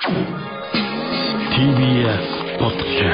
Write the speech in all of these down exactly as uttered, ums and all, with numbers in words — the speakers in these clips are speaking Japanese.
ービーエス ポッドキャ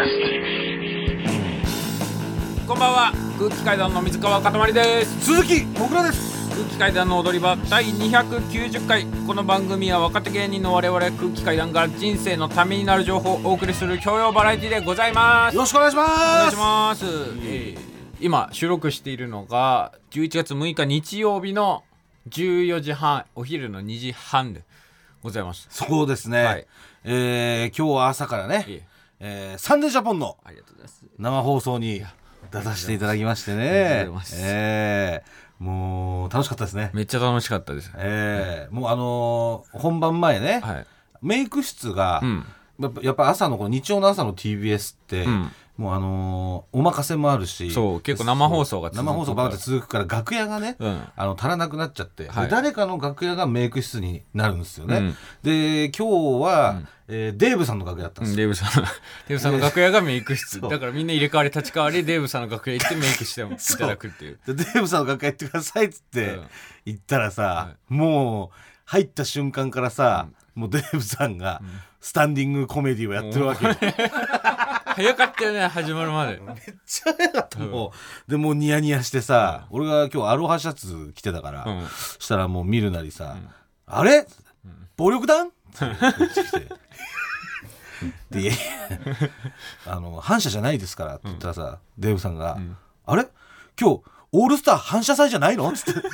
スト。 こんばんは、空気階段の水川かたまりです。 鈴木もぐらです。 空気階段の踊り場だいにひゃくきゅうじゅっかい。この番組は若手芸人の我々空気階段が人生のためになる情報をお送りする教養バラエティでございます。 よろしくお願いします。お願いします、えー、今収録しているのがじゅういちがつむいか日曜日のじゅうよじはん、お昼のにじはんでございます。 そうですね、はい、えー、今日は朝からね、えー、サンデージャポンの生放送に出させていただきましてね、えー、もう楽しかったですね。 めっちゃ楽しかったです、 えー、もうあのー、本番前ね、はい、メイク室が、うん、やっぱ朝のこの日曜の朝の ティービーエス って、うん、もうあのー、お任せもあるし、 そう結構生放送が続く生放送バーって続くから楽屋がね、うん、あの足らなくなっちゃって、はい、誰かの楽屋がメイク室になるんですよね、うん、で今日は、うんえー、デーブさんの楽屋だったんですよ、 うん、デーブさんデーブさんの楽屋がメイク室、えー、だからみんな入れ替わり立ち替わりデーブさんの楽屋行ってメイクしていただくっていうでデーブさんの楽屋行ってくださいっつって行ったらさ、はい、もう入った瞬間からさ、うん、もうデーブさんがスタンディングコメディをやってるわけよ、うん早かったよね、始まるまでめっちゃ早かった、うん、もうでもうニヤニヤしてさ、うん、俺が今日アロハシャツ着てたから、うん、したらもう見るなりさ、うん、あれ、うん、暴力団って言ってきてでいやいやあの反射じゃないですからって言ったらさ、うん、デーブさんが、うん、あれ今日オールスター反射祭じゃないのって言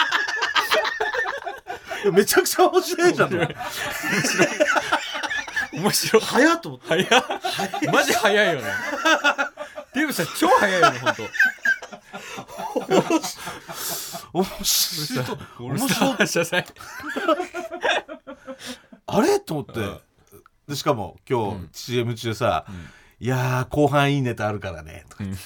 ってめちゃくちゃ面白いじゃん面白い面白い早っと思って早っマジ早いよねデーブさん超早いよねほんと面白い面白いあれと思って、うん、でしかも今日、うん、シーエム 中さ、うん、いやー後半いいネタあるからねとか言って、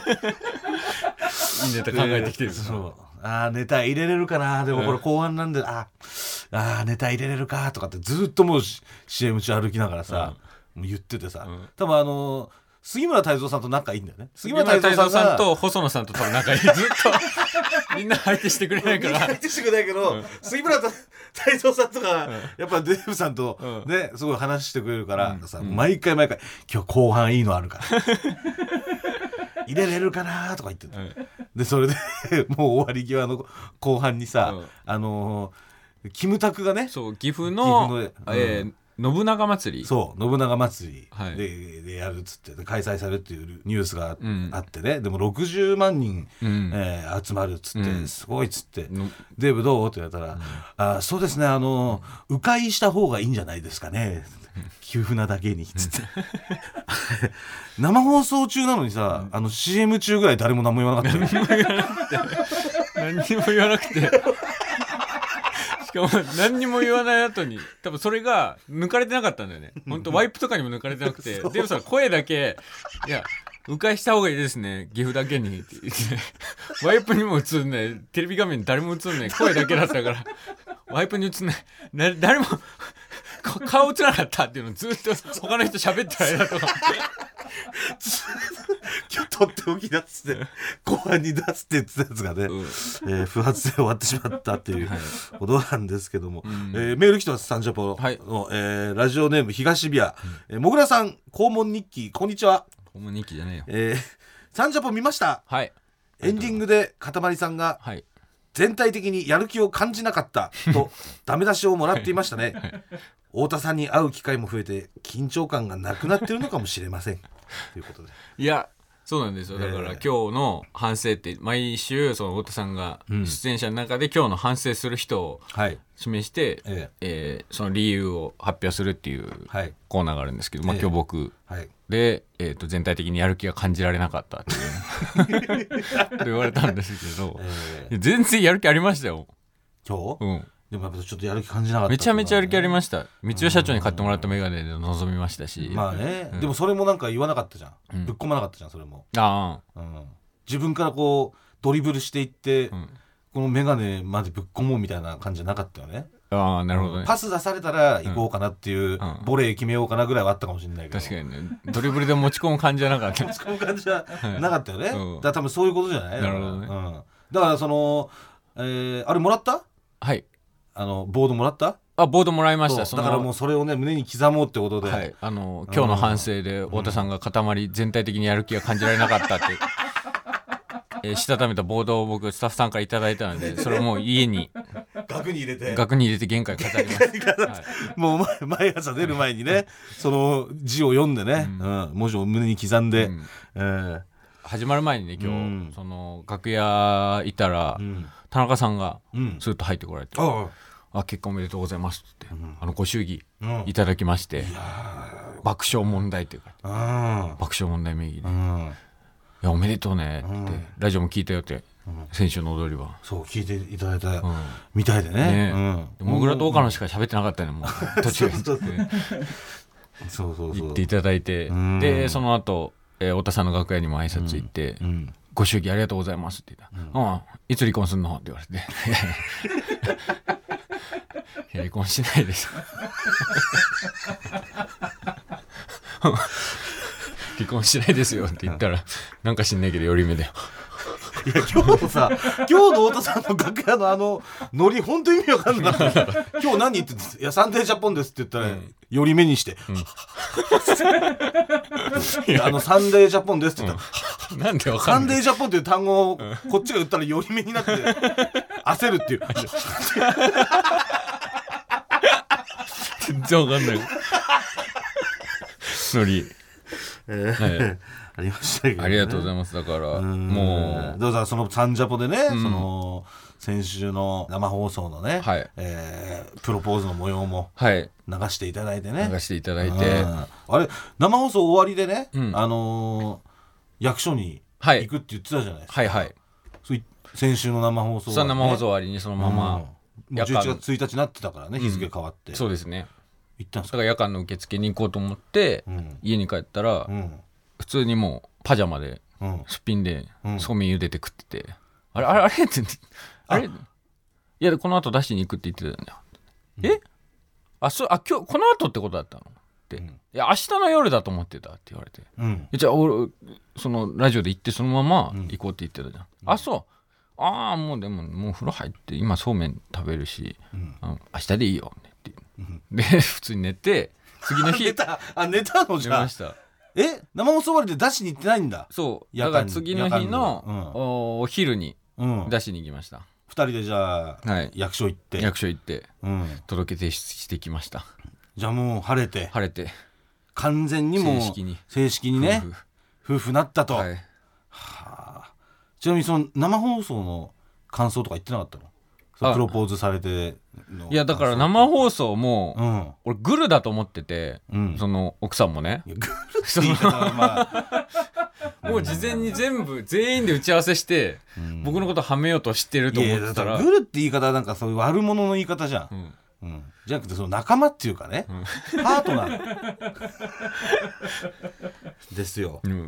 うん、いいネタ考えてきてるそうあーネタ入れれるかなでもこれ後半なんで、うん、ああネタ入れれるかとかってずっともう シーエム 中歩きながらさ、うん、もう言っててさ、うん、多分あのー、杉村太蔵さんと仲いいんだよね。 杉村太蔵さんと細野さんと多分仲いいずっとみんな相手してくれないから相手してくれないけど、うん、杉村太蔵さんとか、うん、やっぱデーブさんとね、うん、すごい話してくれるから、うん、さ毎回毎回今日後半いいのあるから入れれるかなとか言ってて、うん、でそれでもう終わり際の後半にさ、うん、あのー、キムタクがねそう岐阜の、岐阜のえー信長祭りそう信長祭り で,、はい、でやるっつって開催されるっていうニュースがあってね、うん、でもろくじゅうまんにん、うんえー、集まるっつって、うん、すごいっつって、うん、デーブどうって言われたら、うん、あそうですねあの迂回した方がいいんじゃないですかね急なだけにっつって生放送中なのにさ、うん、あの シーエム 中ぐらい誰も何も言わなかったよ何にも言わなくてしかも何にも言わない後に多分それが抜かれてなかったんだよね。ほんとワイプとかにも抜かれてなくてデーブさん声だけいや迂回した方がいいですね岐阜だけにって言ってワイプにも映んないテレビ画面に誰も映んない声だけだったからワイプに映んないな誰も顔映らなかったっていうのをずっと他の人喋ってる間とか今日とっておきだっつって後半に出すって言ってたやつがね、うんえー、不発で終わってしまったっていうことなんですけども、はいえー、メール来てますサンジャポの、はいえー、ラジオネーム東ビア、うんえー、もぐらさん肛門日記こんにちは。 肛門日記じゃねえよ、 えー、サンジャポ見ました、はい、エンディングでかたまりさんが、はい全体的にやる気を感じなかったとダメ出しをもらっていましたね、はいはい、太田さんに会う機会も増えて緊張感がなくなってるのかもしれませんということでいやそうなんですよだから、えー、今日の反省って毎週その太田さんが出演者の中で今日の反省する人を示して、うんはいえー、その理由を発表するっていうコーナーがあるんですけど、はいまあ、今日僕、はい、で、えー、と全体的にやる気が感じられなかったっていうと言われたんですけど、えー、全然やる気ありましたよ今日、 うんでもやっぱちょっとやる気感じなかった、ね、 めちゃめちゃやる気ありました。三代社長に買ってもらったメガネで臨みましたしまあね、うん、でもそれもなんか言わなかったじゃん、うん、ぶっ込まなかったじゃんそれもあ、うん、 自分からこうドリブルしていって、うん、このメガネまでぶっ込もうみたいな感じじゃなかったよね。 ああなるほどね、 うん、パス出されたら行こうかなっていう、うん、ボレー決めようかなぐらいはあったかもしれないけど確かにねドリブルで持ち込む感じじゃなかった持ち込む感じじゃなかったよね、はいうん、だから多分そういうことじゃない。 なるほどね、 うん、だからその、えー、あれもらったはいあのボードもらったあボードもらいました。 だからもうそれをね胸に刻もうってことで、 はい、あの今日の反省で太田さんが塊全体的にやる気が感じられなかったって、えー、したためたボードを僕スタッフさんからいただいたので、それをもう家に額に入れて額に入れて玄関飾ります、はい、 もう毎朝出る前にねその字を読んでね、うんうん、文字を胸に刻んで、うんえー、始まる前にね今日、うん、その楽屋いたら、うん、田中さんがスーッと入ってこられて、うんあ結果おめでとうございますって、うん、あのご祝儀いただきまして、うん、爆笑問題というか、うん、爆笑問題名義で、うん、いやおめでとうねって、うん、ラジオも聞いたよって、うん、先週の踊りはそう聞いていただいた、うん、みたいでねもぐらと岡野しか喋ってなかったねもう途中でそうそうそう言っていただいて、うん、でその後、えー、太田さんの楽屋にも挨拶行って、うんうんご祝儀ありがとうございますって言った、うんうん、いつ離婚すんのって言われていや離婚しないです離婚しないですよって言ったらなんか知んないけど寄り目だよいや今日さ今日の太田さんの楽屋のあのノリ本当に意味わかんなかった今日何言ってんですいやサンデージャポンですって言ったら、うん、寄り目にして、うん、あのサンデージャポンですって言ったら、 うん、なんでわかんないサンデージャポンっていう単語をこっちが言ったら寄り目になって焦るっていう全然わかんないノリ、 えーはいありましたけどね、 ありがとうございます。だからもうどうぞそのサンジャポでね、うん、その先週の生放送のね、はいえー、プロポーズの模様も流していただいてね、 流していただいて、 あれ生放送終わりでね、うん、あのー、役所に行くって言ってたじゃないですか。 はいはいはい。 そう先週の生放送、ね、 生放送終わりにそのまま、 うん、じゅういちがつついたちになってたからね、日付変わって、 うん、そうですね。 行ったんですか。 だから夜間の受付に行こうと思って、うん、家に帰ったら、うん普通にもうパジャマですっぴんでそうめん茹でて食ってて、うん、あれあれあれってあれいやこの後出しに行くって言ってたんだよ、うん、えあそうあ今日この後ってことだったのって、うん、いや明日の夜だと思ってたって言われて、うん、じゃあ俺そのラジオで行ってそのまま行こうって言ってたじゃん、うん、あそうああもうでももう風呂入って今そうめん食べるし、うん、あの明日でいいよって、うん、で普通に寝て次の日寝たあ寝たのじゃ寝ました。 え生放送終わりで出しに行ってないんだ。 そうだから次の日の、うん、お, お昼に出しに行きました、うん、 ふたりでじゃあ、はい、役所行って役所行って、うん、届け提出してきました。 じゃあもう晴れて晴れて完全にもう正式に正式にね夫婦夫婦なったと、はいはあ、ちなみにその生放送の感想とか言ってなかったの？プロポーズされてのいやだから生放送も、うん、俺グルだと思ってて、うん、その奥さんもねグルって言い方はまあもう事前に全部全員で打ち合わせして、うん、僕のことはめようとしてると思ってたら、 いやグルって言い方はなんかそういう悪者の言い方じゃん、うんうん、じゃなくてその仲間っていうかね、うん、パートナーですよ、うんうん、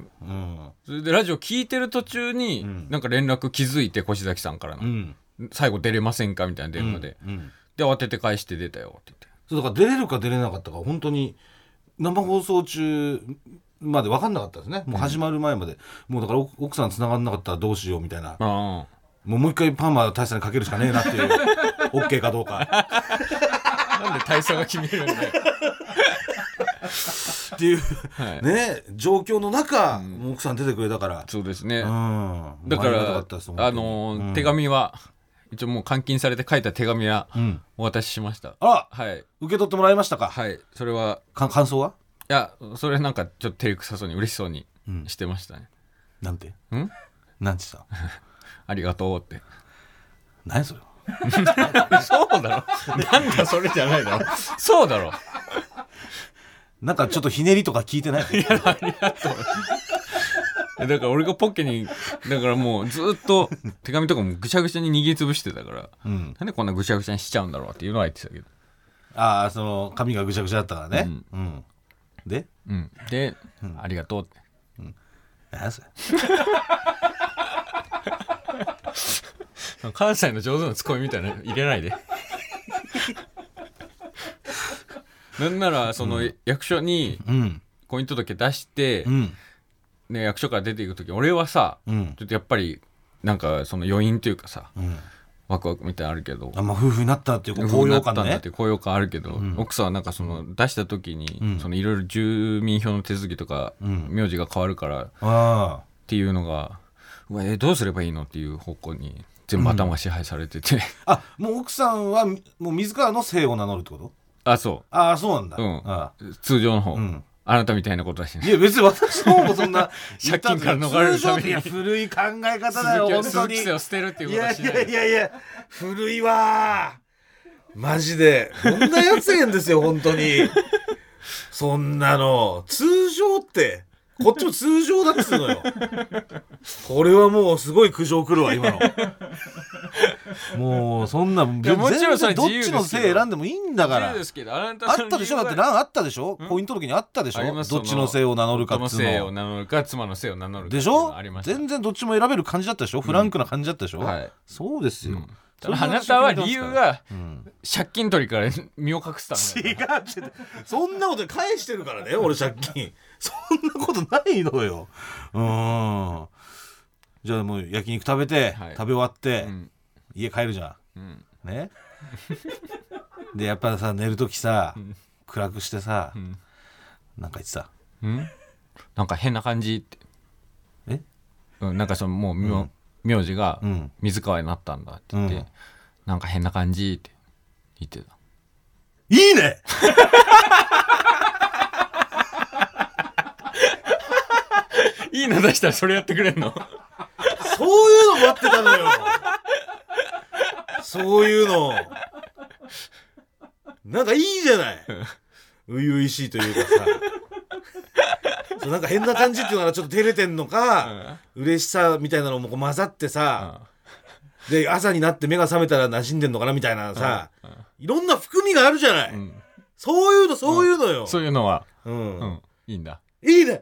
それでラジオ聞いてる途中に、うん、なんか連絡気づいて越崎さんからの、うん最後出れませんかみたいな電話で、うんうん、で慌てて返して出たよって言って、 そうだから出れるか出れなかったか本当に生放送中まで分かんなかったですね。もう始まる前まで、うん、もうだから奥さん繋がんなかったらどうしようみたいな、もうもう一回パーマ大佐にかけるしかねえなっていうOK かどうかなんで大佐が決めるんだよっていう、はい、ね状況の中、うん、奥さん出てくれたから。 そうですね、うん、だからあのーうん、手紙は一応もう監禁されて書いた手紙はお渡ししました、うん、 あ、はい、受け取ってもらいましたか。 はいそれはか感想は？ いやそれなんかちょっと照れくさそうに嬉しそうにしてましたね、 うん、なんてんなんてさありがとうって何それそうだろなんだそれじゃないだろそうだろなんかちょっとひねりとか聞いてない？いやありがとうだから俺がポッケにだからもうずっと手紙とかもぐしゃぐしゃに握りつぶしてたから、うん、なんでこんなぐしゃぐしゃにしちゃうんだろうっていうのは言ってたけど、 ああその紙がぐしゃぐしゃだったからね、うんうん、で、 うん、で、うん、ありがとうって、うん、 何それ関西の上手なツッコミみたいなの入れないでなんならその役所に婚姻届出して、うんね、役所から出ていくとき俺はさ、うん、ちょっとやっぱりなんかその余韻というかさ、うん、 ワクワクみたいなのあるけど、 あ、まあ、夫婦になったっていう高揚感ね。 なったんだっていう高揚感あるけど、うん、奥さんはなんかその出した時に、うん、そのいろいろ住民票の手続きとか、うん、名字が変わるからっていうのが、うわ、えどうすればいいのっていう方向に全部頭が支配されてて、うん、 あ、もう奥さんはもう自らの姓を名乗るってこと？ あ、そう。 あ、そうなんだ、 うん、あ通常の方、うん、あなたみたいなことだしね。 いや別に私の方もそんな借金から逃れるために。 いや古い考え方だよ本当に。 鈴木姓を捨てるっていうことはしない。 いやいやいやいや古いわマジで。こんなやつやんですよ本当に。そんなの通常ってこっちも通常だっつうのよ。これはもうすごい苦情来るわ今の。もうそんなもちろんそれどっちの姓選んでもいいんだから。 自由ですけど、あなたあったでしょ、だって欄あったでしょ、婚姻届にあったでしょ、どっちの姓を名乗るかっつうの。 夫の姓を名乗るか妻の姓を名乗るかでしょ。全然どっちも選べる感じだったでしょ、うん、フランクな感じだったでしょ、はい、そうですよ、 うん、あなたは理由が借金取りから身を隠すため。違う違う、そんなことで返してるからね俺借金。そんなことないのよ。うん。じゃあもう焼肉食べて、はい、食べ終わって、うん、家帰るじゃん、うん、ね。でやっぱさ寝るときさ、うん、暗くしてさ、うん、なんか言ってた、 うん、なんか変な感じって。 え、 うん、なんかそのもう、うん、名字が水川になったんだって言って、うん、なんか変な感じって言ってた。 いいね。 いいの出したらそれやってくれんの？ そういうの待ってたのよ。そういうのなんかいいじゃない。初々しいというかさ。そうなんか変な感じっていうのはちょっと照れてんのか、うん、嬉しさみたいなのもこう混ざってさ、うん、で朝になって目が覚めたら馴染んでんのかなみたいなさ、うんうん、いろんな含みがあるじゃない、うん、そういうのそういうのよ、 うん、そういうのは、うんうん、いいんだ。 いいね。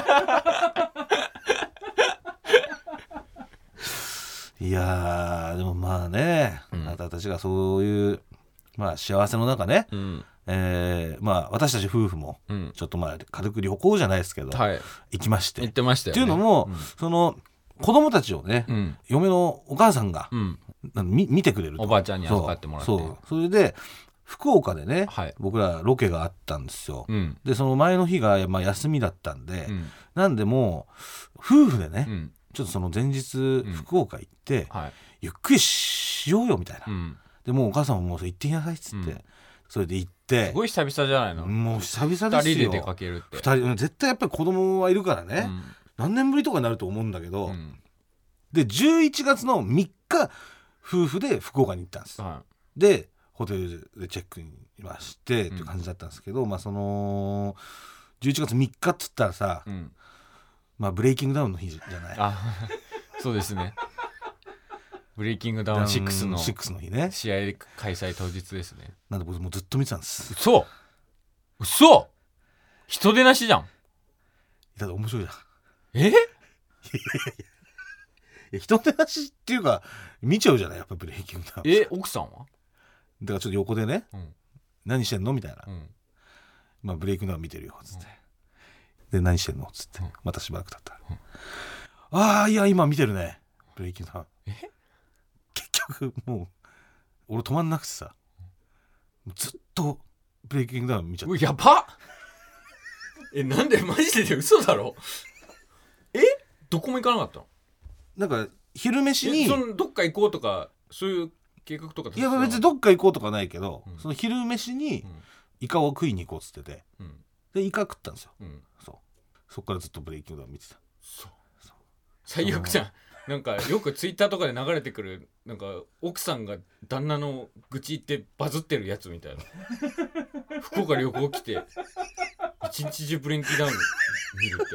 いやでもまあね、うん、あなたたちがそういう、まあ、幸せの中ね、うん、えー、まあ私たち夫婦もちょっとまあ軽く旅行じゃないですけど、はい、行きまして、 行ってましたよね。 っていうのも、うん、その子供たちをね、うん、嫁のお母さんが、うん、見てくれると。 おばあちゃんに預かってもらって、 そうそう、それで福岡でね、はい、僕らロケがあったんですよ、うん、でその前の日が、まあ、休みだったんで、うん、なんでもう夫婦でね、うん、ちょっとその前日福岡行って、うんはい、ゆっくりしようよみたいな、うん、でもうお母さんももう行ってきなさいっつって、うん、それで行って、 すごい久々じゃないの。 もう久々ですよ。 ふたりで出かけるって。 ふたり絶対やっぱり子供はいるからね、うん、何年ぶりとかになると思うんだけど、うん、でじゅういちがつのみっか夫婦で福岡に行ったんです、はい、でホテルでチェックインましてっていう感じだったんですけど、うん、まあそのじゅういちがつみっかっつったらさ、うん、まあブレイキングダウンの日じゃない。 あそうですね。ブレイキングダウンシックスのシックスの日ね、 試合開催当日ですね。 なんで僕もうずっと見てたんです。 嘘嘘人出なしじゃん。 だって面白いじゃん。 えいや人出なしっていうか見ちゃうじゃないやっぱブレイキングダウン。 え奥さんはだからちょっと横でね、うん、何してんのみたいな、うん、まあブレイクダウン見てるよつって、うん、で何してんのつって、うん、またしばらく経ったら、うん、ああいや今見てるねブレイキングダウン。え結局もう俺止まんなくてさ、ずっとブレイキングダウン見ちゃった。 やばっえなんでマジで嘘だろ。えどこも行かなかったの。 なんか昼飯にそのどっか行こうとかそういう計画とか。 いや別にどっか行こうとかないけど、うん、その昼飯にイカを食いに行こうっつってて、うん、でイカ食ったんですよ、うん、そうそっからずっとブレイキングダウン見てた。 そうそう最悪じゃん。なんかよくツイッターとかで流れてくるなんか奥さんが旦那の愚痴ってバズってるやつみたいな。福岡旅行来て一日中ブレイキングダウン見るって。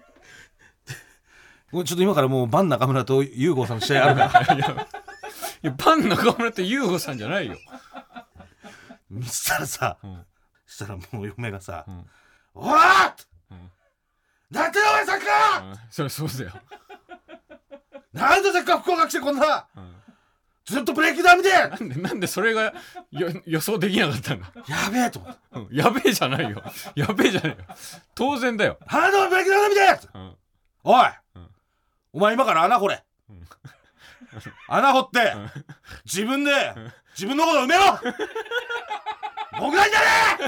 ちょっと今からもうバン中村とユーゴさんの試合あるから。いやいやバン中村とユーゴさんじゃないよ。 見せたらさ、うん、したらもう嫁がさ、うん、おーっ、うん、なんてお前さっきか、 うん、そりゃそうだよ。 なんでさっきか福岡来てこんな、うん、ずっとブレーキダウン見てなんでなんでそれがよ予想できなかったんだ。 やべえと思って、 うん、やべえじゃないよやべえじゃないよ当然だよ。 ハンドブレーキダウン見て、うん、おい、うん、お前今から穴掘れ、うん、 穴掘って、うん、自分で、うん、自分のこと埋めろ僕なんじゃねえ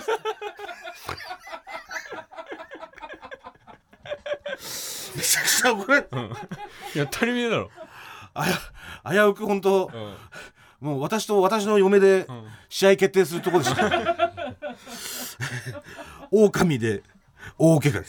めちゃくちゃ怒れ、うん、 いや当たり前だろ。 あや危うく本当、うん、もう私と私の嫁で試合決定するところでした、うん、狼で大怪我です。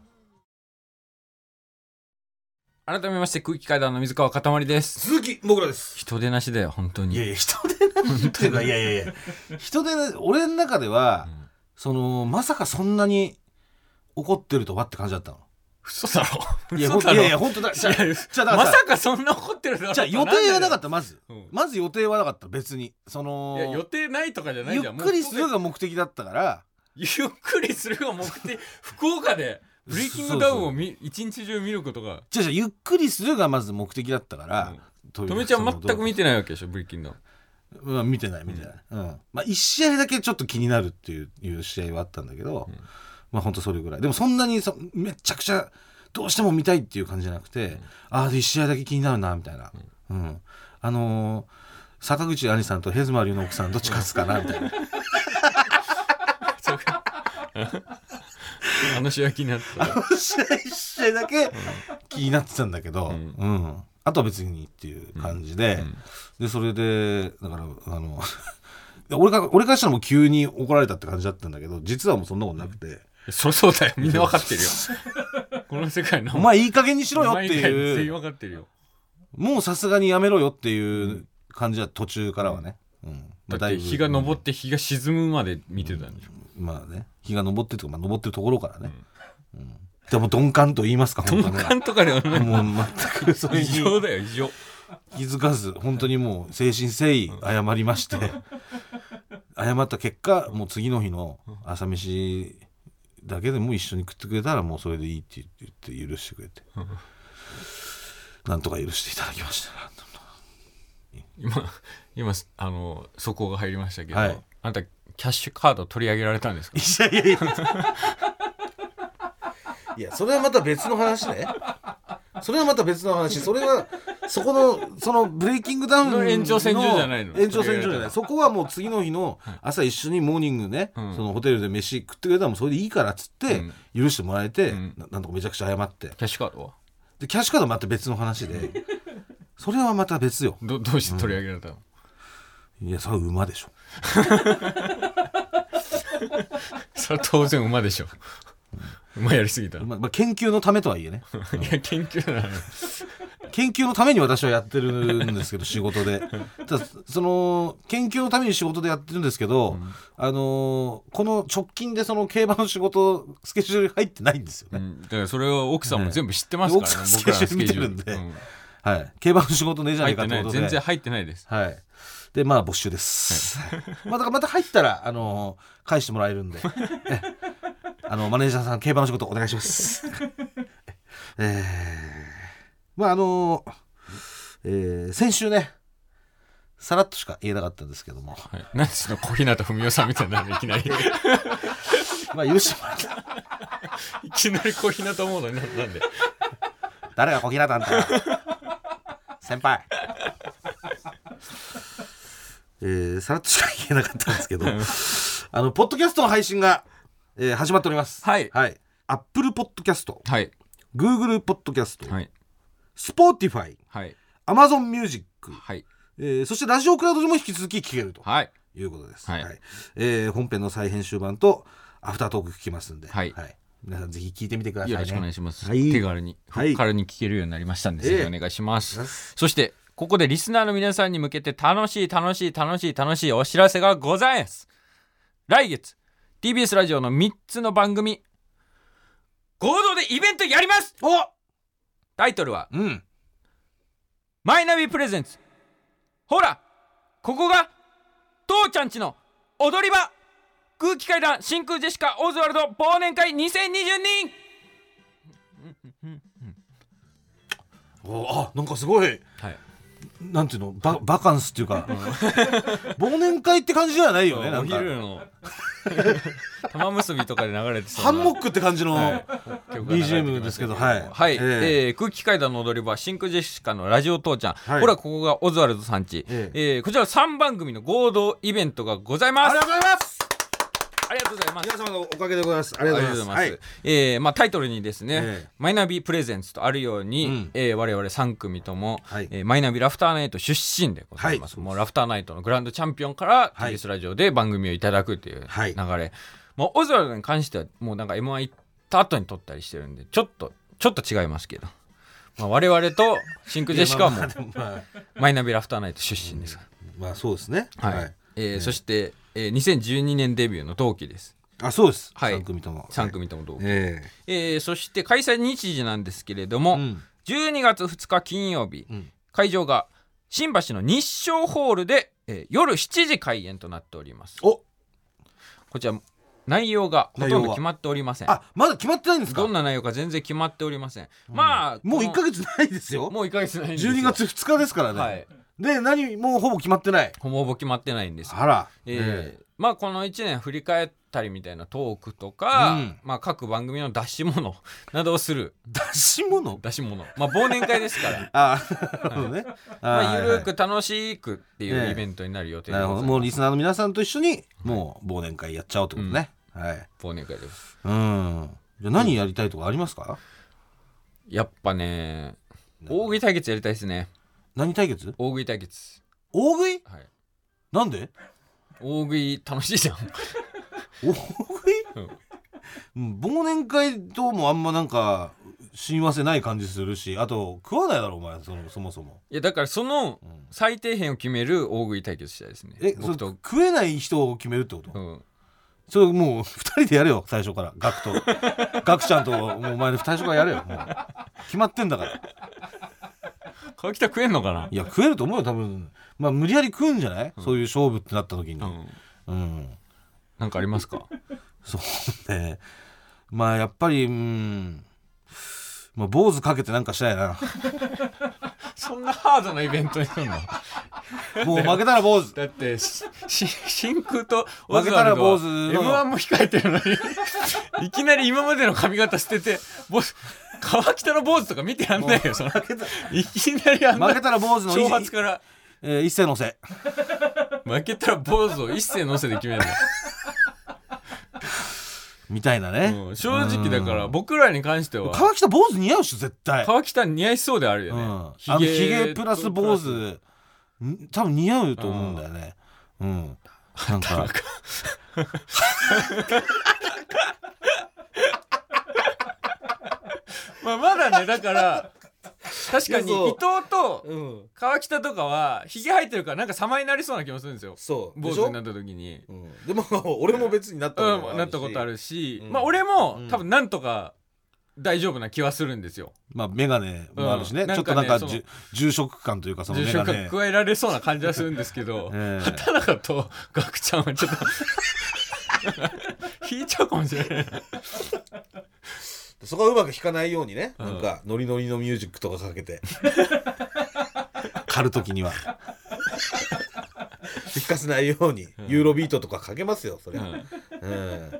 改めまして空気階段の水川かたまりです。 鈴木もぐらです。 人手なしだよ本当に。 いやいや人手なしっていうかいやいやいや人手な俺の中では、うん、そのまさかそんなに怒ってるとはって感じだったの。 嘘だろ。 いやいやいや本当だ。じゃあまさかそんな怒ってるだろ。 じゃあ予定はなかった。まず、うん、まず予定はなかった。別にそのいや予定ないとかじゃないじゃん。 ゆっくりするが目的だったから。 ゆっくりするが目的福岡でブレイキングダウンをみ一日中見ることが。 じゃあゆっくりするがまず目的だったから、 とめちゃん全く見てないわけでしょブレイキングダウン。 うん、見てない見てない、うんうん、まあいち試合だけちょっと気になるっていう、いう試合はあったんだけど、うん、まあほんとそれぐらい。でもそんなにそめちゃくちゃどうしても見たいっていう感じじゃなくて、うん、ああいち試合だけ気になるなみたいな、うんうん、あのー、坂口兄さんとヘズマリュウの奥さんどっち勝つかなみたいなあの試合気になってた。 あの試合一試合だけ気になってたんだけど、うんうん、あとは別にっていう感じで、うん、でそれでだからあの俺が俺からしたらもう急に怒られたって感じだったんだけど、実はもうそんなことなくて、うん、 そりゃそうだよみんな分かってるよこの世界のお前いい加減にしろよっていう、 全員分かってるよ。 もうさすがにやめろよっていう感じは途中からはね、うん、 だって日が昇って日が沈むまで見てたんでしょ、 うん、まあね日が昇ってるとか、まあ、昇ってるところからね、うんうん、でも鈍感と言いますか本当、ね、鈍感とかではないもう全くそれに異常だよ異常。 気づかず本当にもう誠心誠意謝りまして謝った結果もう次の日の朝飯だけでも一緒に食ってくれたらもうそれでいいって言って許してくれてなんとか許していただきました。 今今あの速報が入りましたけど、 はい、 あんたキャッシュカード取り上げられたんですか？ いやいやいやいやそれはまた別の話ね。それはまた別の話。それはそこのそのブレイキングダウンの延長線上じゃないの。 延長線上じゃない。そこはもう次の日の朝一緒にモーニングね、うん、そのホテルで飯食ってくれたらもうそれでいいからっつって許してもらえて、うん、な, なんとかめちゃくちゃ謝って。 キャッシュカードは？ でキャッシュカードはまた別の話で、それはまた別よ。 ど, どうして取り上げられたの？ うん、いやそれは馬でしょ。 それは当然馬でしょ。馬やりすぎた、 ままあ、研究のためとはいえねいや研究なの研究のために私はやってるんですけど仕事でただその研究のために仕事でやってるんですけど、うん、あのー、この直近でその競馬の仕事スケジュール入ってないんですよね、うん、 だからそれを奥さんも全部知ってますからね、 奥さんスケジュール見てるんで、うん、はい、競馬の仕事ねえじゃねえかってことで全然入ってないです。 はいでまあ没収です、はい、まあだからまた入ったらあのー、返してもらえるんであのマネージャーさん競馬の仕事お願いしますえー、まああのーえー、先週ねさらっとしか言えなかったんですけども、 はい、何でその小日向文世さんみたいなのいきなりまあ許してもらったいきなり小日向モードになったんで誰が小日向なんだよ先輩えー、さらっとしか言えなかったんですけどあのポッドキャストの配信が、えー、始まっております。 はい、 はい、Apple Podcast、 はい、 Google Podcast、 はい、 Spotify、 はい、 Amazon Music、 はい、 えー、そしてラジオクラウドでも引き続き聞けると、 はい、 いうことです。 はい、 はい、えー、本編の再編集版とアフタートーク聞きますんで、 はいはい、皆さんぜひ聞いてみてくださいね。 よろしくお願いします。 はい、 手軽に軽に聞けるようになりましたんで、ぜひお願いします。えー、そしてここでリスナーの皆さんに向けて楽しい楽しい楽しい楽しいお知らせがございます。来月 ティービーエス ラジオのみっつの番組合同でイベントやります。 おタイトルは、 うん、 マイナビプレゼンツほらここが父ちゃんちの踊り場空気階段真空ジェシカオズワルド忘年会にせんにじゅうに。 おあなんかすごい、 はい、 なんていうの バ, バカンスっていうか、うん、忘年会って感じじゃないよね。なんかお昼の玉結びとかで流れてそうハンモックって感じの、はい、ビージーエム ですけど、はい、 はい、えーえー、空気階段の踊り場真空ジェシカのラジオ父ちゃん、はい、ほらここがオズワルドさんち、えーえー、こちらさんばん組の合同イベントがございます。 ありがとうございます。 ありがとうございます。 皆様のおかげでございます。ありがとうございます。はい、 えーまあ、タイトルにですね、えー、マイナビプレゼンツとあるように、うんえー、我々さん組とも、はいえー、マイナビラフターナイト出身でございます、はい、もうラフターナイトのグランドチャンピオンから ティービーエス ラジオで番組をいただくという流れ、はいまあ、オズワルドに関してはもうなんか エムワン 行った後に撮ったりしてるんでちょっとちょっと違いますけど、まあ、我々と真空ジェシカはもうマイナビラフターナイト出身ですから、 まあそうですね、 はいはいえーね、そして、えー、にせんじゅうにねんデビューの同期です。 あそうです、 はい、 さん組ともさん組とも同期、えーえー、そして開催日時なんですけれども、うん、じゅうにがつふつか金曜日、うん、会場が新橋の日照ホールで、えー、夜しちじ開演となっております。 おこちら内容がほとんど決まっておりません。 あまだ決まってないんですか。 どんな内容か全然決まっておりません、うん、まあもういっかげつないですよ。 もういっかげつないんですよ。 じゅうにがつふつかですからね、はい、で何もうほぼ決まってない。 ほぼほぼ決まってないんですよ。 あら、 えーえーまあ、このいちねん振り返ったりみたいなトークとか、うんまあ、各番組の出し物などをする。 出し物出し物まあ忘年会ですからあなるほどね、 まあ、ゆるく楽しくっていうイベントになる予定でございます。 なるほど。もうリスナーの皆さんと一緒にもう忘年会やっちゃおうってことね、うんはい、 忘年会です。 うんじゃあ何やりたいとかありますか。 やっぱね大食い対決やりたいですね。 何対決。 大食い対決。 大食い、 はい、 なんで大食い楽しいじゃん大食い、うん、忘年会ともあんまなんか親和性ない感じするし、あと食わないだろお前 そ, のそもそも。 いやだからその最底辺を決める大食い対決したいですね。 えそれ食えない人を決めるってこと、うん、それもうふたりでやれよ最初から。ガクとガクちゃんともうお前で最初からやれよ。もう決まってんだから川北食えんのかな。 いや食えると思うよ多分。まあ無理やり食うんじゃない、うん、そういう勝負ってなった時に、うんうん、 なんかありますか。 そうねまあやっぱりうんまあ坊主かけてなんかしたいなそんなハードなイベントにするのもう負けたら坊主だって真空とオズワルドは エムワン も控えてるのにいきなり今までの髪型捨てて川北の坊主とか見てらんないよ。そのいきなりあんな負けたら坊主の挑発から、 えー、一斉のせ負けたら坊主を一斉のせで決めるのみたいなね、 うん、正直だから僕らに関しては川北坊主似合うっしょ絶対。 川北似合いそうであるよね、うん、 あのヒゲプラス坊主多分似合うと思うんだよね。うん、うん、なんかまあまだねだから確かに伊藤と川北とかはひげ生えてるからなんか様になりそうな気もするんですよ。 そう坊主になった時に、 うん、でも俺も別になったことあるし、 うん、なったことあるし、うん、まあ俺も多分なんとか大丈夫な気はするんですよ。 まあメガネもあるしね、うん、ちょっとなんか重色感というかそのメガネ重色加えられそうな感じはするんですけど、えー、畑中とガクちゃんはちょっと引いちゃうかもしれないそこはうまく弾かないようにね、うん、なんかノリノリのミュージックとかかけて狩るときには弾かせないように、うん、ユーロビートとかかけますよそれ、うんうん、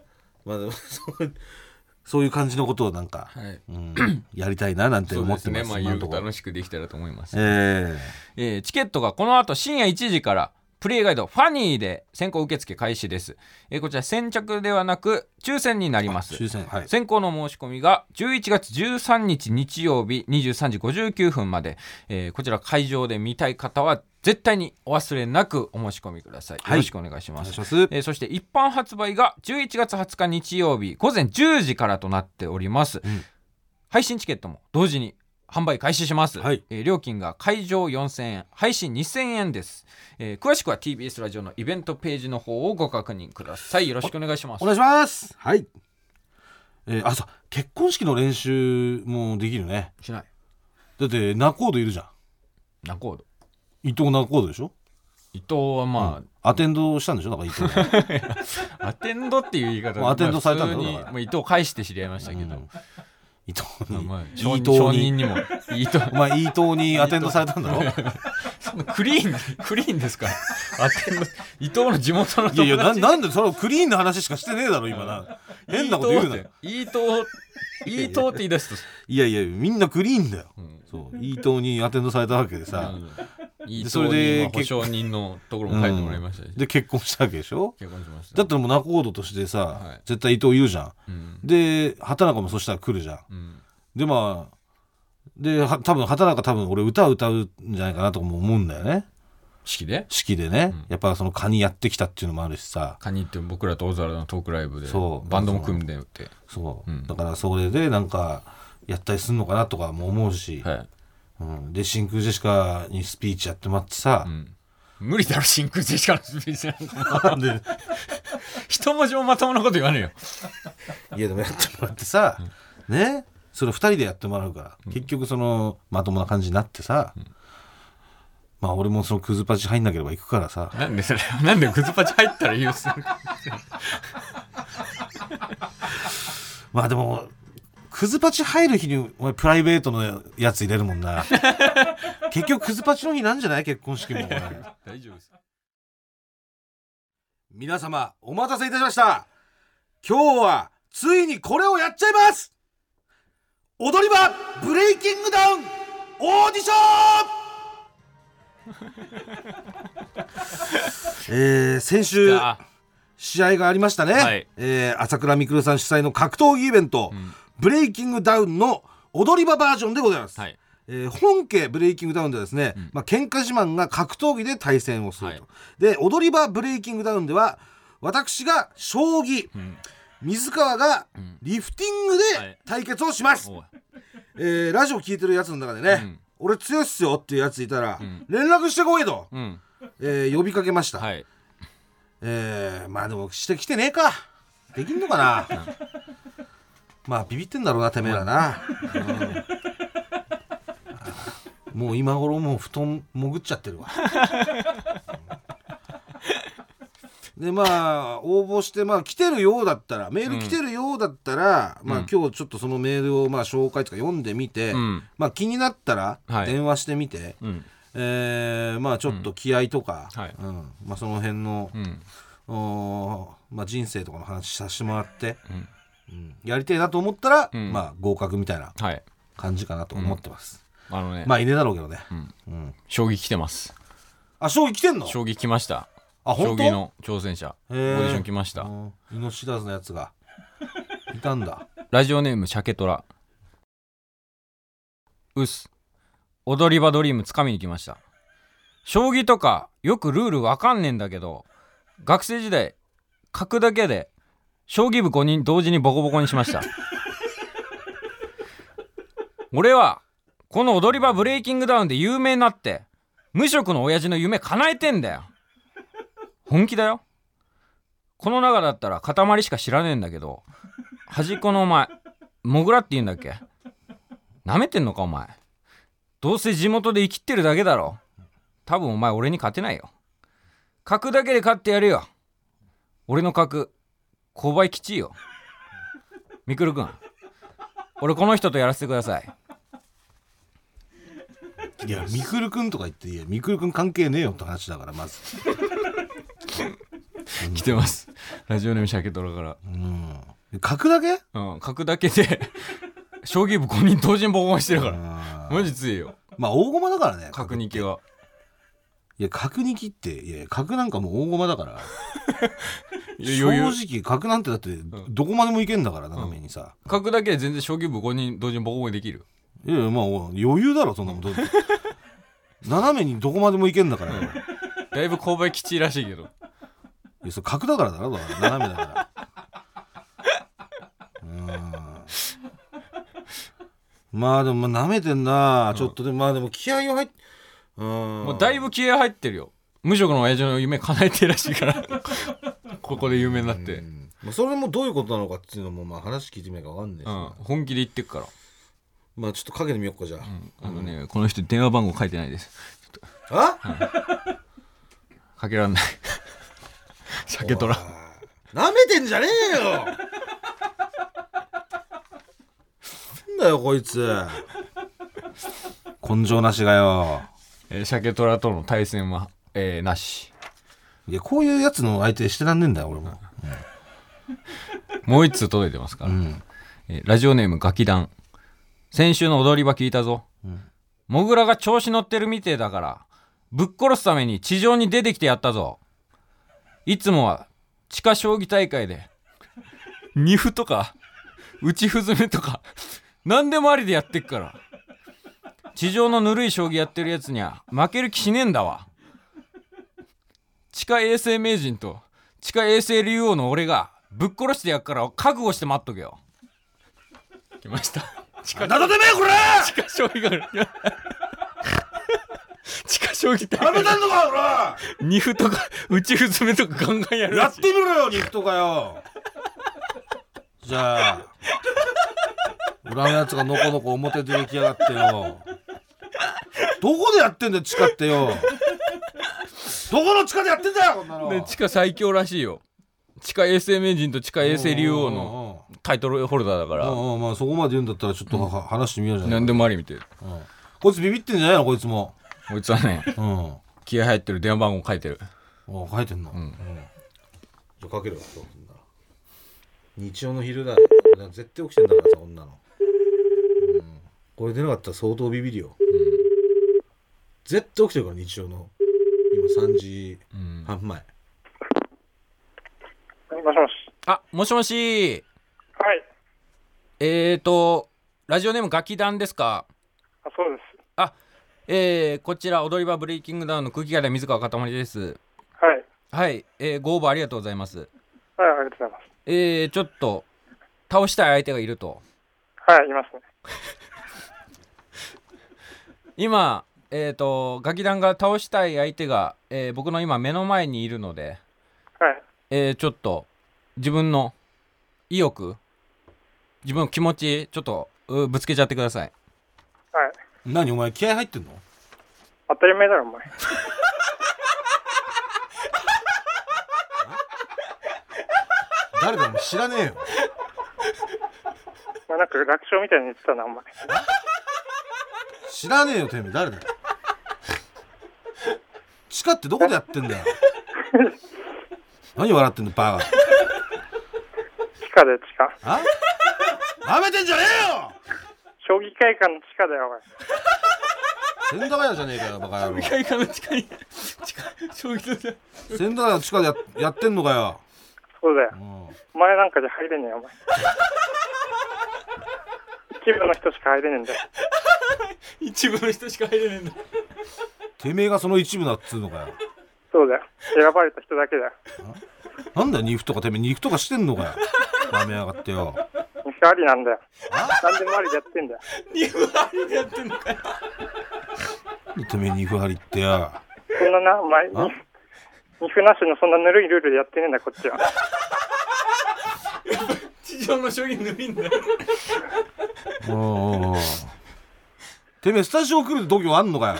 まあでもそうそういう感じのことをなんか、はいうん、やりたいななんて思ってます。そうですね、 まあゆるく楽しくできたらと思います、 えーえー、チケットがこの後深夜いちじからプレイガイドファニーで先行受付開始です、えー、こちら先着ではなく抽選になります。 抽選、はい、 先行の申し込みがじゅういちがつじゅうさんにち日曜日にじゅうさんじごじゅうきゅうふんまで、えー、こちら会場で見たい方は絶対にお忘れなくお申し込みください、はい、よろしくお願いします。 お願いします。 えー、そして一般発売がじゅういちがつはつか日曜日午前じゅうじからとなっております、うん、配信チケットも同時に販売開始します、はいえー、料金が会場よんせんえん配信にせんえんです、えー、詳しくは ティービーエス ラジオのイベントページの方をご確認ください。よろしくお願いします。 お願いします。はい、えー、あそう結婚式の練習もできるね。 しない。 だってナコードいるじゃん。 ナコード伊藤ナコードでしょ。 伊藤はまあ、うん、 アテンドしたんでしょ。だから伊藤アテンドっていう言い方アテンドされたんだろ。 まあ、伊藤返して知り合いましたけど、うん、 伊藤に、 まあ、 伊承藤に承認にも伊藤お前伊藤にアテンドされたんだろそのクリーンクリーンですかアテンド伊藤の地元の友達いやいや な, なんでそのクリーンな話しかしてねえだろ今な変なこと言うなよ伊藤伊藤って言い出すといやいやみんなクリーンだよ、 うん、 そう伊藤にアテンドされたわけでさ、うん、 伊藤に保証人のところも書いてもらいましたし、 うん、で結婚したわけでしょ。 結婚しました。 だったらもう仲人としてさ、はい、絶対伊藤いるじゃん、うん、で畑中もそしたら来るじゃん、うん、でまあで多分畑中多分俺歌歌うんじゃないかなとも思うんだよね式で式でね、うん、やっぱそのカニやってきたっていうのもあるしさカニって僕らと大空のトークライブでバンドも組んでってそう、うん、だからそれでなんかやったりするのかなとかも思うし、はい、うん、で真空ジェシカにスピーチやってもらってさ、うん、 無理だろ真空ジェシカのスピーチなんで一文字もまともなこと言わねえよいやでもやってもらってさ、うん、ねそれふたりでやってもらうから、うん、結局そのまともな感じになってさ、うん、まあ俺もそのクズパチ入んなければ行くからさなんでそれなんでクズパチ入ったら言うするまあでもクズパチ入る日にお前プライベートのやつ入れるもんな結局クズパチの日なんじゃない結婚式も大丈夫です。 皆様お待たせいたしました。今日はついにこれをやっちゃいます。踊り場ブレイキングダウンオーディションえー、先週試合がありましたね、はい、えー、朝倉未来さん主催の格闘技イベント、うん、ブレイキングダウンの踊り場バージョンでございます、はい、えー、本家ブレイキングダウンではですね、うん、まあ、喧嘩自慢が格闘技で対戦をすると、はい、で踊り場ブレイキングダウンでは私が将棋、うん、水川がリフティングで対決をします、はい、えー、ラジオ聞いてるやつの中でね、うん、俺強いっすよっていうやついたら、うん、連絡してこいと、うん、えー、呼びかけました、はい、えー、まあでもしてきてねえかできんのかな、うん、まあビビってんだろうなてめえらな、うん、もう今頃もう布団潜っちゃってるわでまあ応募してまあ来てるようだったらメール来てるようだったら、うん、まあ今日ちょっとそのメールをまあ紹介とか読んでみて、うん、まあ気になったら電話してみて、はい、うん、えー、まあちょっと気合とか、うん、はい、うん、まあその辺の、うん、おまあ人生とかの話させてもらって、うんうん、やりたいなと思ったら、うん、まあ合格みたいな感じかなと思ってます、うん、あのね、まあいねえだろうけどね、うんうん、将棋来てます。 あ、将棋来てんの？ 将棋来ました。 あ、 将棋の挑戦者オーディション来ました。 命知らずのやつがいたんだ。 ラジオネームシャケトラ。うっす、踊り場ドリームつかみに来ました。将棋とかよくルールわかんねえんだけど、学生時代書くだけで将棋部ごにん同時にボコボコにしました俺はこの踊り場ブレイキングダウンで有名になって無職の親父の夢叶えてんだよ。本気だよ。この中だったら塊しか知らねえんだけど、端っこのお前モグラって言うんだっけ。なめてんのかお前。どうせ地元で生きってるだけだろ。多分お前俺に勝てないよ。角だけで勝ってやるよ。俺の角勾配きちいよ。みくるくん、俺この人とやらせてください。 いやみくるくんとか言って、いやみくるくん関係ねえよって話だから。まず来てます。ラジオネームシャケトラから。 うん、角だけ？ うん、角だけで将棋部ごにん同時にボコボコしてるからマジ強いよ。 まあ大駒だからね、 角にきは。 いや角にきって、いや角なんかもう大駒だから正直角なんてだってどこまでもいけんだから、斜めにさ、 うん、角だけで全然将棋部ごにん同時にボコボコできる。 いやいや、まあ余裕だろそんなもん斜めにどこまでもいけんだから、うん、 だいぶ勾配きちいらしいけど。 いやそれ角だからだろ、だから斜めだからうん、まあでも舐めてんな、うん、ちょっとでもまあでも気合い入って、うん、 もうだいぶ気合入ってるよ。無職の親父の夢叶えてるらしいからここで有名になって、うん、 まあ、それもどういうことなのかっていうのもまあ話聞いてみなきゃ分かんないし、うん、 本気で言ってくから。 まあちょっとかけてみようかじゃあ、 うん、あのね、うん、この人電話番号書いてないです。 あ、 うん、かけらんないシャケトラなめてんじゃねえよだよこいつ根性なしがよ、 えー、鮭虎との対戦は、えー、なし。 いやこういうやつの相手してらんねえんだよ俺も、 うん、もう一通届いてますから、うんえー、ラジオネームガキ団。先週の踊り場聞いたぞ、うん、モグラが調子乗ってるみてえだからぶっ殺すために地上に出てきてやったぞ。いつもは地下将棋大会で二歩とか打ちふずめとか何でもありでやってっから、地上のぬるい将棋やってるやつには負ける気しねえんだわ。地下衛星名人と地下衛星竜王の俺がぶっ殺してやっから覚悟して待っとけよ。来ました。地下なんだてめえこれ地下将棋が地下将棋大会やめてんのかほら二歩とか打ちふずめとかガンガンやるやってみろよ二歩とかよ。じゃあ裏のやつがのこのこ表出てきやがってよ。どこでやってんだよ地下ってよ。どこの地下でやってんだよこんなの。 で地下最強らしいよ。地下衛星名人と地下衛星竜王のタイトルホルダーだから。 ああまあそこまで言うんだったらちょっと、うん、話してみようじゃない。 何でもありみたいな、 うん、こいつビビってんじゃないのこいつも。 こいつはね、うん、気合入ってる。電話番号書いてる。 あ書いてんの、うんうん、じゃあかけるわ。日曜の昼だ絶対起きてんだからさ女の、うん、これ出なかったら相当ビビるよ、うん、絶対起きてるから日曜の今さんじはん前、 うん、もしもし。 あもしもし。 はい。 えーとラジオネームガキ団ですか。 あそうです。 あえー、こちら踊り場ブレイキングダウンの空気階段水川かたまりです。 はいはい、えー、ご応募ありがとうございます。 はいありがとうございます。 えー、ちょっと倒したい相手がいると。 はいいますね。 今えーとガキ団が倒したい相手が、えー、僕の今目の前にいるので、 はいえー、ちょっと自分の意欲自分の気持ちちょっとぶつけちゃってください。 はい。 何お前気合入ってんの。 当たり前だろお前。 誰だお前知らねえよ。 まあなんか楽勝みたいに言ってたなお前。 知らねえよてめえ誰だよ。地下ってどこでやってんだよ。何笑ってんのバカ。 地下で地下。 あ？なめてんじゃねえよ。 将棋会館の地下だよお前。 千駄ヶ谷じゃねえかよバカ野郎。 将棋会館の地下に地下将棋の千駄ヶ谷の地下で や, やってんのかよ。 そうだよ、うん、お前なんかじゃ入れねえよお前。一部の人しか入れねえんだよ。 一部の人しか入れねえんだ。 てめえがその一部だっつうのかよ。 そうだよ選ばれた人だけだよ。 なんだよ二歩とかてめえ二歩とかしてんのかよ。なめやがってよ。 二歩ありなんだよ。何でもありでやってんだよ。 二歩ありでやってんのかよ。 てめえ二歩ありってよ。 そんななお前二歩なしのそんなぬるいルールでやってねえんだこっちは。 地上の将棋ぬるいんだよ。 おてめえスタジオ来る度胸あんのかよ。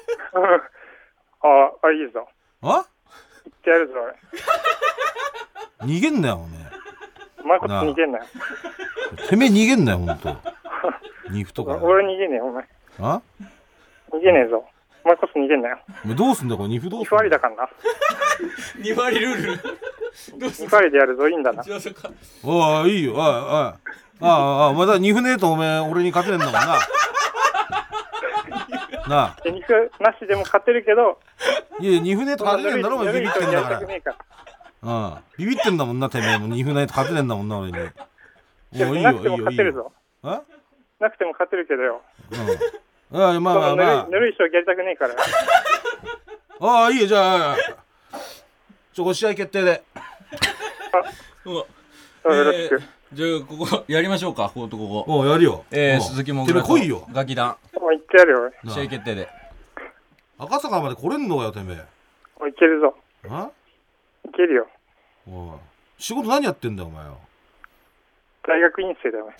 ああいいぞ。 あ言ってやるぞ俺。逃げんなよおめえ。 お前こっち逃げんなよ。 てめえ逃げんなよほんと。二歩とか。 俺逃げねえよお前。 あ逃げねえぞ。お前こそ逃げんなよ。 お前どうすんだよこれ二歩どうすんだよ。 二歩ありだからな。 二歩ありルール。 どうすん二歩ありでやるぞいいんだな。 おいいいよおいおい。あああまだ二歩ねえとおめえ俺に勝てねえんだもんな。なあ。 二歩なしでも勝てるけど。 いや二歩ねえと勝てねえんだろお前ビビってんだから。ああビビってんだもんなてめえも二歩ねえと勝てねえんだもんな俺に。 おいいよいいよいいよ。あ？なくても勝てるけどよ。 うん。ああまあまあまあ。 ぬるい将棋やりたくねえから。 ああいいよじゃあ。ちょ試合決定で。 あ、よろしく。 じゃあここやりましょうかこことここ。 おやるよ。 えー、鈴木もぐらとガキ団。 もう行ってやるよ。 試合決定で。 赤坂まで来れんのかよてめえ。 もう行けるぞ。 あ？ 行けるよ。 おい仕事何やってんだよお前よ。 大学院生だよ。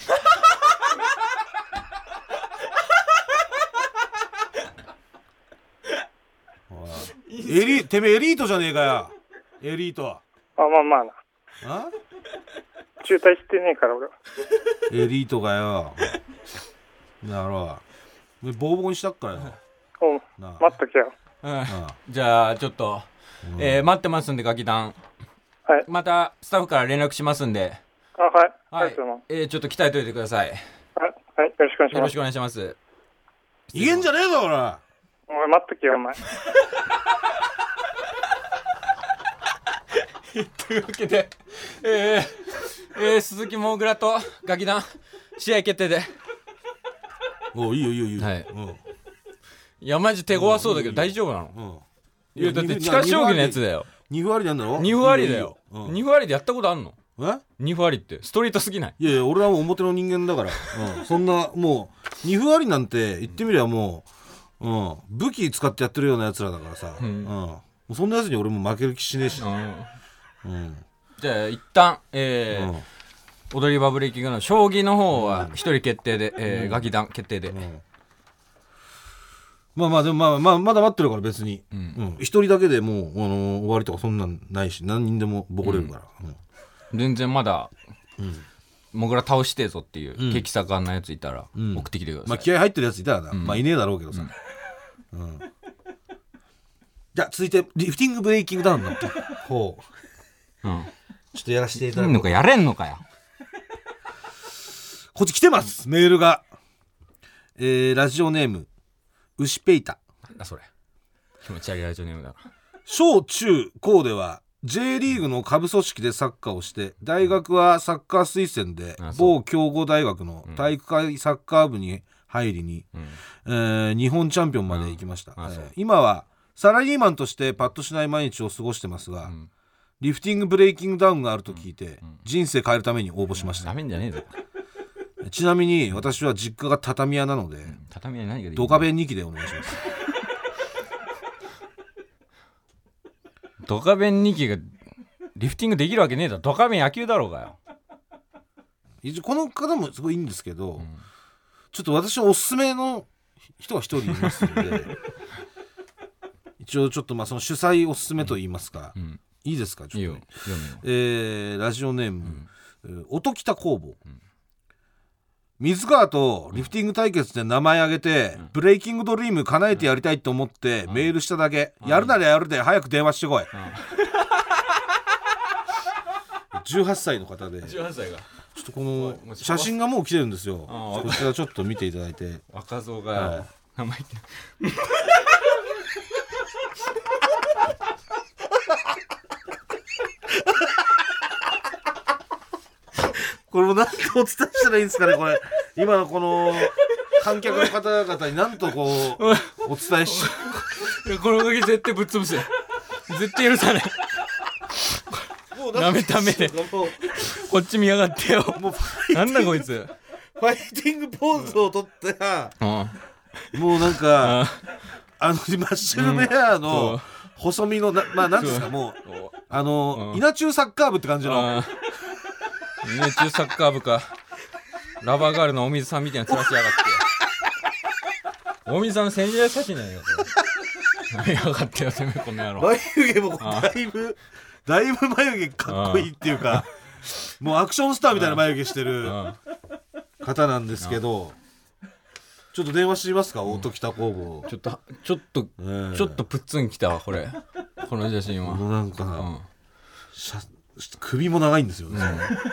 エリてめえエリートじゃねえかよ。エリート。 あまあまあな。 あ？ 中退してねえから俺は。 エリートがよ。 なるほど。ボコボコにしたっからよ。 おうなあ待っとけよ。 うんなあじゃあちょっと、 うんえー待ってますんでガキ団はい。 またスタッフから連絡しますんで、 あ、はい。あはいりがとうございます。 えーちょっと鍛えといてください。よはい。はい。よろしくお願いします。 ろしくお願いします。 いけんじゃねえぞ、ほら。 お前待っとけよ、お前。 というわけで、えーえー鈴木もぐらとガキ団試合決定で。 おういいよいいよいいよ。 はいうんいやマジ手強そうだけど大丈夫なの？ うん。 いやだって力将棋のやつだよ。 二歩ありなんだろ？ 二歩ありだよ。 いいうん二歩ありでやったことあんの？ え？ 二歩ありってストリートすぎない？ いやいや俺はもう表の人間だから、うん、そんなもう二歩ありなんて言ってみりゃもう、うん、武器使ってやってるようなやつらだからさ、 ううんんもうそんなやつに俺も負ける気しねえし、 うんうんじゃあ一旦えーうん踊り場ブレイキングの将棋の方は一人決定で、えーガキ団決定で、 うんまあまあでもまあまあまだ待ってるから別にうんうん一人だけでもう、あのー終わりとかそんなんないし何人でもボコれるから、うん全然まだうんもぐら倒してえぞっていううん激盛んなやついたらうん送ってきてください、 まあ気合入ってるやついたらな、 うんまあいねえだろうけどさ、うんじゃあ続いてリフティングブレイキングダウンの方うんちょっとやらせていたいだくいのかやれんのかよ。 こっち来てますメールが、えー、ラジオネーム牛ペイタ。 なんだそれ気持ち悪いラジオネームだな。 小中高では J リーグの下部組織でサッカーをして大学はサッカー推薦であそう某強豪大学の体育会サッカー部に入りに、 うんえー日本チャンピオンまで行きました、 ああそうえー今はサラリーマンとしてパッとしない毎日を過ごしてますが、 うんリフティングブレイキングダウンがあると聞いて、 ん人生変えるために応募しました、 ダメんじゃねえぞ。 ちなみに私は実家が畳屋なので、 畳は何ができるドカベンにきでお願いします。 ドカベンにきがリフティングできるわけねえだろ。ドカベン野球だろうがよ。 一応この方もすごいいいんですけど、 んちょっと私のおすすめの人が一人いますので一応ちょっとまあその主催おすすめと言いますか、 うんいいですかちょっと、 いいよね読めよ。 えーラジオネーム、 んえー音喜多工房、水川とリフティング対決で名前挙げて、ブレイキングドリーム叶えてやりたいと思ってメールしただけ、やるならやるで早く電話してこい、じゅうはっさいの方でじゅうはっさいがちょっとこもうの写真がもう来てるんですよ。 ああこちらちょっと見ていただいて。 若造が、 はい名前言ってこれも何とお伝えしたらいいんですかねこれ。今のこの観客の方々に何とこうお伝えし。 この時絶対ぶっ潰せ。絶対許さない。 もう舐めた目でもうこっち見やがってよ。 もうフなんだこいつ。 ァイティングポーズを取ってうん。 もうなんかああのマッシュルベアそうの細身のなまあ何ですかもうあのうん稲中サッカー部って感じの。 あ。ね中サッカー部か。ラバーガールのお水さんみたいな面しやがって。お水さんの戦時代写真じゃないかこれ。やがってよてめえこの野郎。 眉毛もだいぶだいぶ眉毛かっこいいっていうかもうアクションスターみたいな眉毛してるうん方なんですけどちょっと電話してみますか音喜多工房。 ちょっとちょっとえーちょっとプッツンきたわこれ。この写真は。 もうなんか、 うんしゃ首も長いんですよね、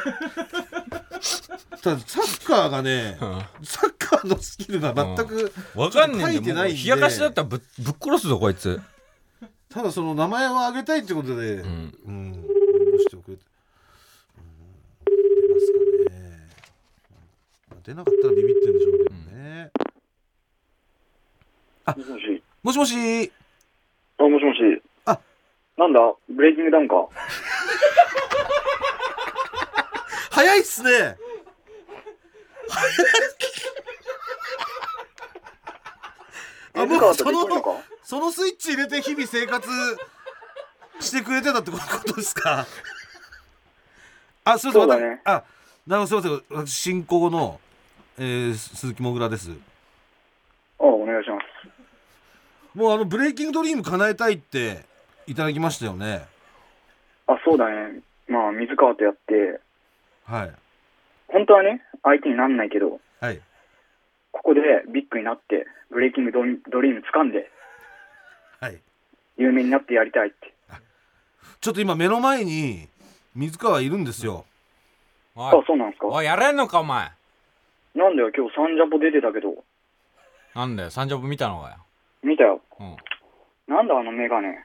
ただサッカーがね、 うんサッカーのスキルが全くわかんねえ書んだよ。 いてないんで、 冷やかしだったらぶぶっ殺すぞこいつ。 ただその名前を挙げたいってことで、うんんうん、応募しておくれて、うん、出ますかね、まあ出なかったらビビってるんでしょうけどね、 もしもし。 もしもしあ、もしもし。 あ、 なんだブレイキングダウンか。 早いっすねあもうそのそのスイッチ入れて日々生活してくれてたってことですか。あ、すいません、 そうだねあ、なるほど、すいません、私進行の、えー、鈴木もぐらです。 あ、お願いします。 もうあのブレイキングドリーム叶えたいっていただきましたよね。 あ、そうだね。まあ、水川とやって、 はい本当はね、相手になんないけど、 はいここでビッグになってブレイキングドリドリーム掴んで、 はい、 有名になってやりたいって。 ちょっと今目の前に水川いるんですよ。 おいあ、そうなんですか。 おいやれんのかお前。 なんだよ、今日サンジャポ出てたけど。 なんだよ、サンジャポ見たのかよ。 見たよ。 うん。 なんだあのメガネ。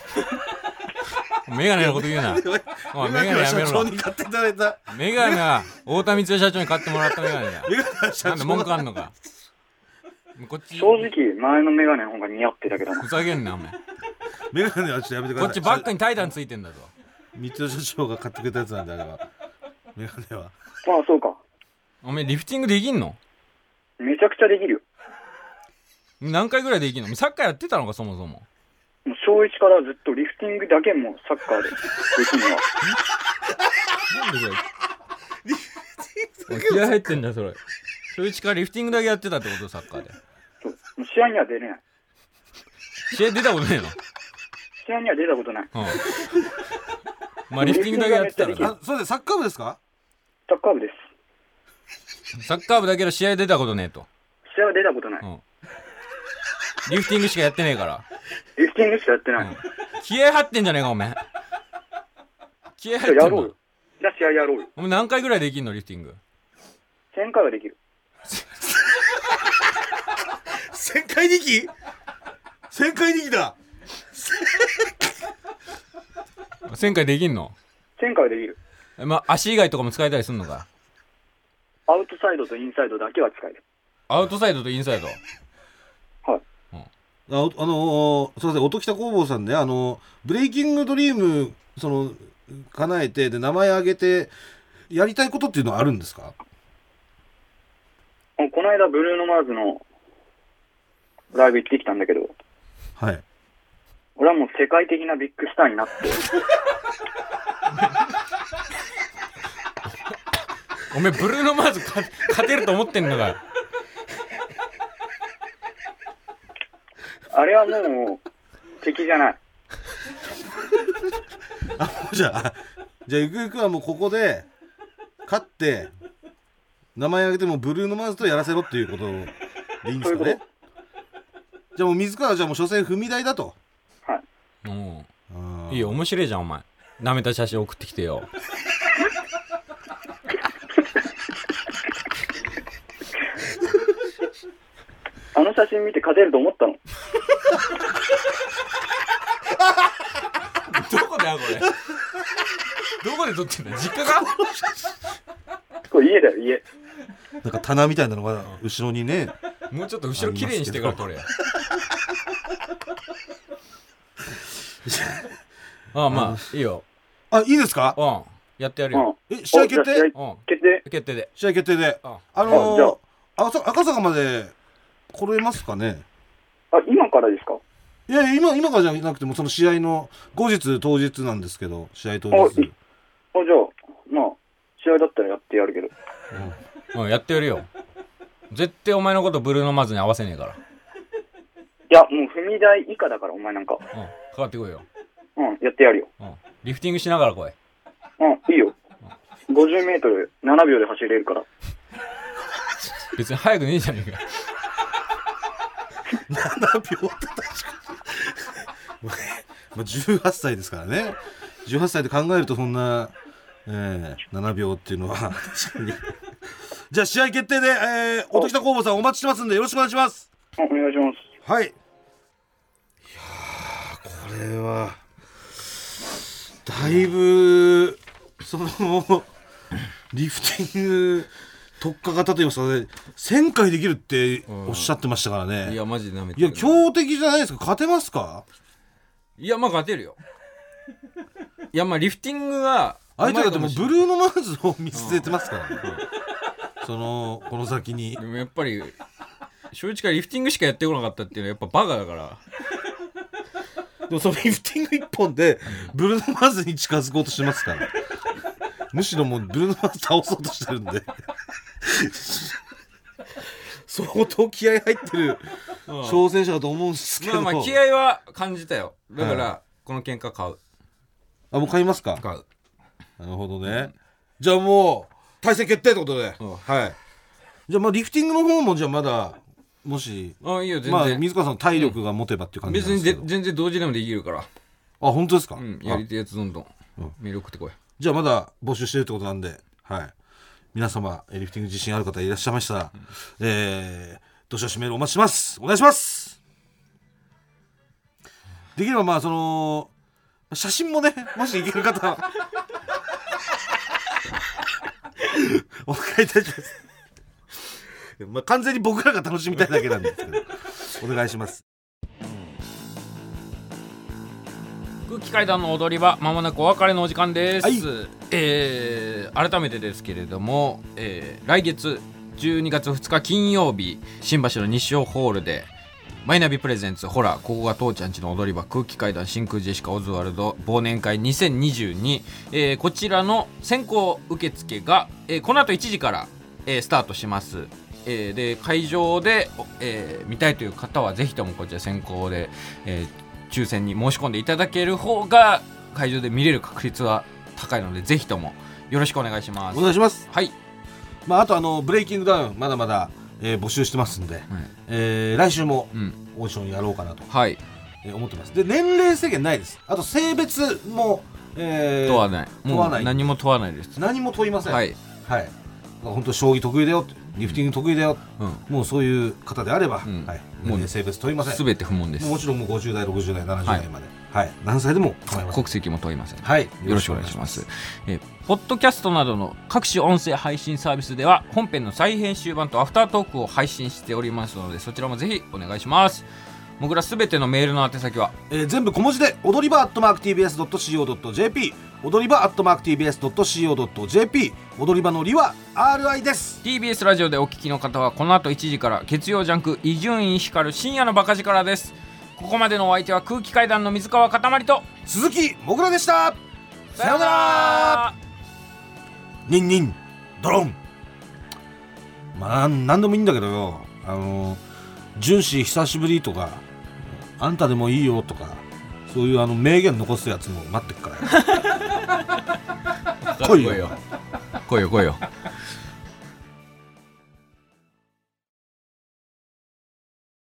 メガネのこと言うな。おい、メガネやめろ。 社長に買っていただいたメガネは太田光代社長に買ってもらったメガネだよ。 メガネは社長なんで文句あんのか。こっち正直前のメガネの方が似合ってたけどな。 ふざけんなお前。 メガネはちょっとやめてください。 こっちバッグにタイタンついてんだぞ。 三代社長が買ってくれたやつなんであれは。メガネは。 ああ、そうか。 お前リフティングできんの？ めちゃくちゃできるよ。 何回ぐらいできんの？サッカーやってたのかそもそも。 もう小いちからずっとリフティングだけもサッカーでできるのは。 なんでそれ気合入ってんだよそれ。小いちからリフティングだけやってたってことサッカーで。 そう。もう試合には出れない。 試合出たことねえの？ 試合には出たことない。 うん。まあリフティングだけやってたらね。 あ、そうです。サッカー部ですか？ サッカー部です。 サッカー部だけど試合出たことねえと。 試合は出たことない。 うん。リフティングしかやってねえから。 リフティングしかやってない。 うん、気合入ってんじゃねえかお前。気合入ってんの？ やろうよ。じゃあ試合やろうよ。 お前何回ぐらいできんのリフティング？ せんかいはできる。 せんかい力？せんかい力だ。 せんかいできんの？ せんかいはできる。 まあ足以外とかも使えたりすんのか？ アウトサイドとインサイドだけは使える。 アウトサイドとインサイド。 はい。 うん、 あ, あのー、すいません、音喜多工房さんね、あのー、ブレイキングドリームその叶えてで名前挙げてやりたいことっていうのはあるんですか？ この間ブルーノ・マーズのライブ行ってきたんだけど、 はい。 俺はもう世界的なビッグスターになっておめえブルーノ・マーズか勝てると思ってんのかよ。 あれはもう敵じゃない。 あ、じゃあじゃあゆくゆくはもうここで勝って名前挙げてもブルーノ・マーズとやらせろっていうことでいいんですかね？じゃあもう水川はじゃあもう所詮踏み台だと。 はい。 うん。いいよ面白いじゃんお前。舐めた写真送ってきてよ。 あの写真見て勝てると思ったの？ どこだよこれ。どこで撮ってんだ？実家か？ これ家だよ家。 なんか棚みたいなのが後ろにね。 もうちょっと後ろきれいにしてから撮れ。ああまあいいよ。 あ、いいですか？ うんやってやるよ。 え、試合決定？ うん決定決定で。 試合決定で。 ああのー、赤, 赤坂まで来れますかね？ あ、今からですか？ いや今今からじゃなくてもその試合の後日当日なんですけど、試合当日。 あ、あじゃあまあ試合だったらやってやるけど。 うん、うん、やってやるよ。絶対お前のことブルーノ・マーズに合わせねえから。 いやもう踏み台以下だからお前なんか。 うんかかってこいよ。 うんやってやるよ。 うんリフティングしながら来い。 うんいいよ。ごじゅうメートルななびょうで走れるから。 別に速くねえじゃねえか。 ななびょうって確かにまあじゅうはっさいですからね。じゅうはっさいで考えるとそんな、えー、ななびょうっていうのは確かにじゃあ試合決定で、えー、音喜多工房さんお待ちしてますんでよろしくお願いします。 お願いします。 はい。いやーこれはだいぶそのリフティング特化型といいますかね、せんかいできるっておっしゃってましたからね。 いやマジでなめてる。いや強敵じゃないですか。勝てますか？ いやまあ勝てるよ。いやまあリフティングは相手だってもうブルーノ・マーズを見据えてますからね。そのこの先に。 でもやっぱり正直からリフティングしかやってこなかったっていうのはやっぱバカだから。 でもそのリフティング一本でブルーノ・マーズに近づこうとしてますから。むしろもうブルーノ・マーズ倒そうとしてるんで相当気合入ってる挑戦者だと思うんですけど、 まあまあ気合は感じたよ。だから、はい、この喧嘩買う。 あもう買いますか？ 買う。 なるほどね。じゃあもう対戦決定ってことで、うん、はい。 じゃあまあリフティングの方もじゃあまだもしあいいよ全然、 まあ、水川さん体力が持てばっていう感じなんですけど、 別にで全然同時でもできるから。 あ本当ですか、 うん、やりたいやつどんどんメール送ってこい。 じゃあまだ募集してるってことなんで、はい、皆様リフティング自信ある方いらっしゃいましたら、うん、えー、どしどしメールお待ちします。お願いします。できればまあその写真もねもしいける方はお願いいたします。まあ完全に僕らが楽しみたいだけなんですけどお願いします。 空気階段の踊り場、まもなくお別れのお時間です、 はい。 えー、改めてですけれども、えー、来月じゅうにがつふつか金曜日、新橋の西尾ホールでマイナビプレゼンツホラー、ここが父ちゃんちの踊り場、空気階段真空ジェシカオズワルド忘年会にせんにじゅうに、えー、こちらの先行受付が、えー、この後いちじから、えー、スタートします。えー、で会場で、えー、見たいという方はぜひともこちら先行で、えー抽選に申し込んでいただける方が会場で見れる確率は高いので、ぜひともよろしくお願いします。 お願いします。 はい。 まあ、あとあのブレイキングダウンまだまだ、えー、募集してますんで、はい、えー、来週もオーディションやろうかなと、はい、えー、思ってます。で年齢制限ないです。あと性別も、えー、 問わない。 問わない。 何も問わないです。 何も問いません。はい、はい、本当将棋得意だよ、リフティング得意だよ、うん、もうそういう方であれば、うん、はい、もう性別問いません。 すべて不問です。 もちろんもうごじゅう代ろくじゅう代ななじゅう代まで、はい、はい、何歳でも構いません。 国籍も問いません。 はい、 よろしくお願いします。えー、ポッドキャストなどの各種音声配信サービスでは本編の再編集版とアフタートークを配信しておりますので、そちらもぜひお願いします。もぐらすべてのメールの宛先は、 えー、全部小文字で踊り場アットマーク ティービーエスドットシーオードットジェーピー、 踊り場アットマーク ティービーエスドットシーオードットジェーピー、 踊り場のりは アールアイ です。 ティービーエス ラジオでお聞きの方はこの後いちじから月曜ジャンク伊集院光る深夜のバカ力です。ここまでのお相手は空気階段の水川かたまりと鈴木もぐらでした。さようなら。ニンニンドロン。まあ何でもいいんだけどよ、あの純子久しぶりとかあんたでもいいよとか、そういうあの名言残すやつも待ってっから来いよ来いよ来いよ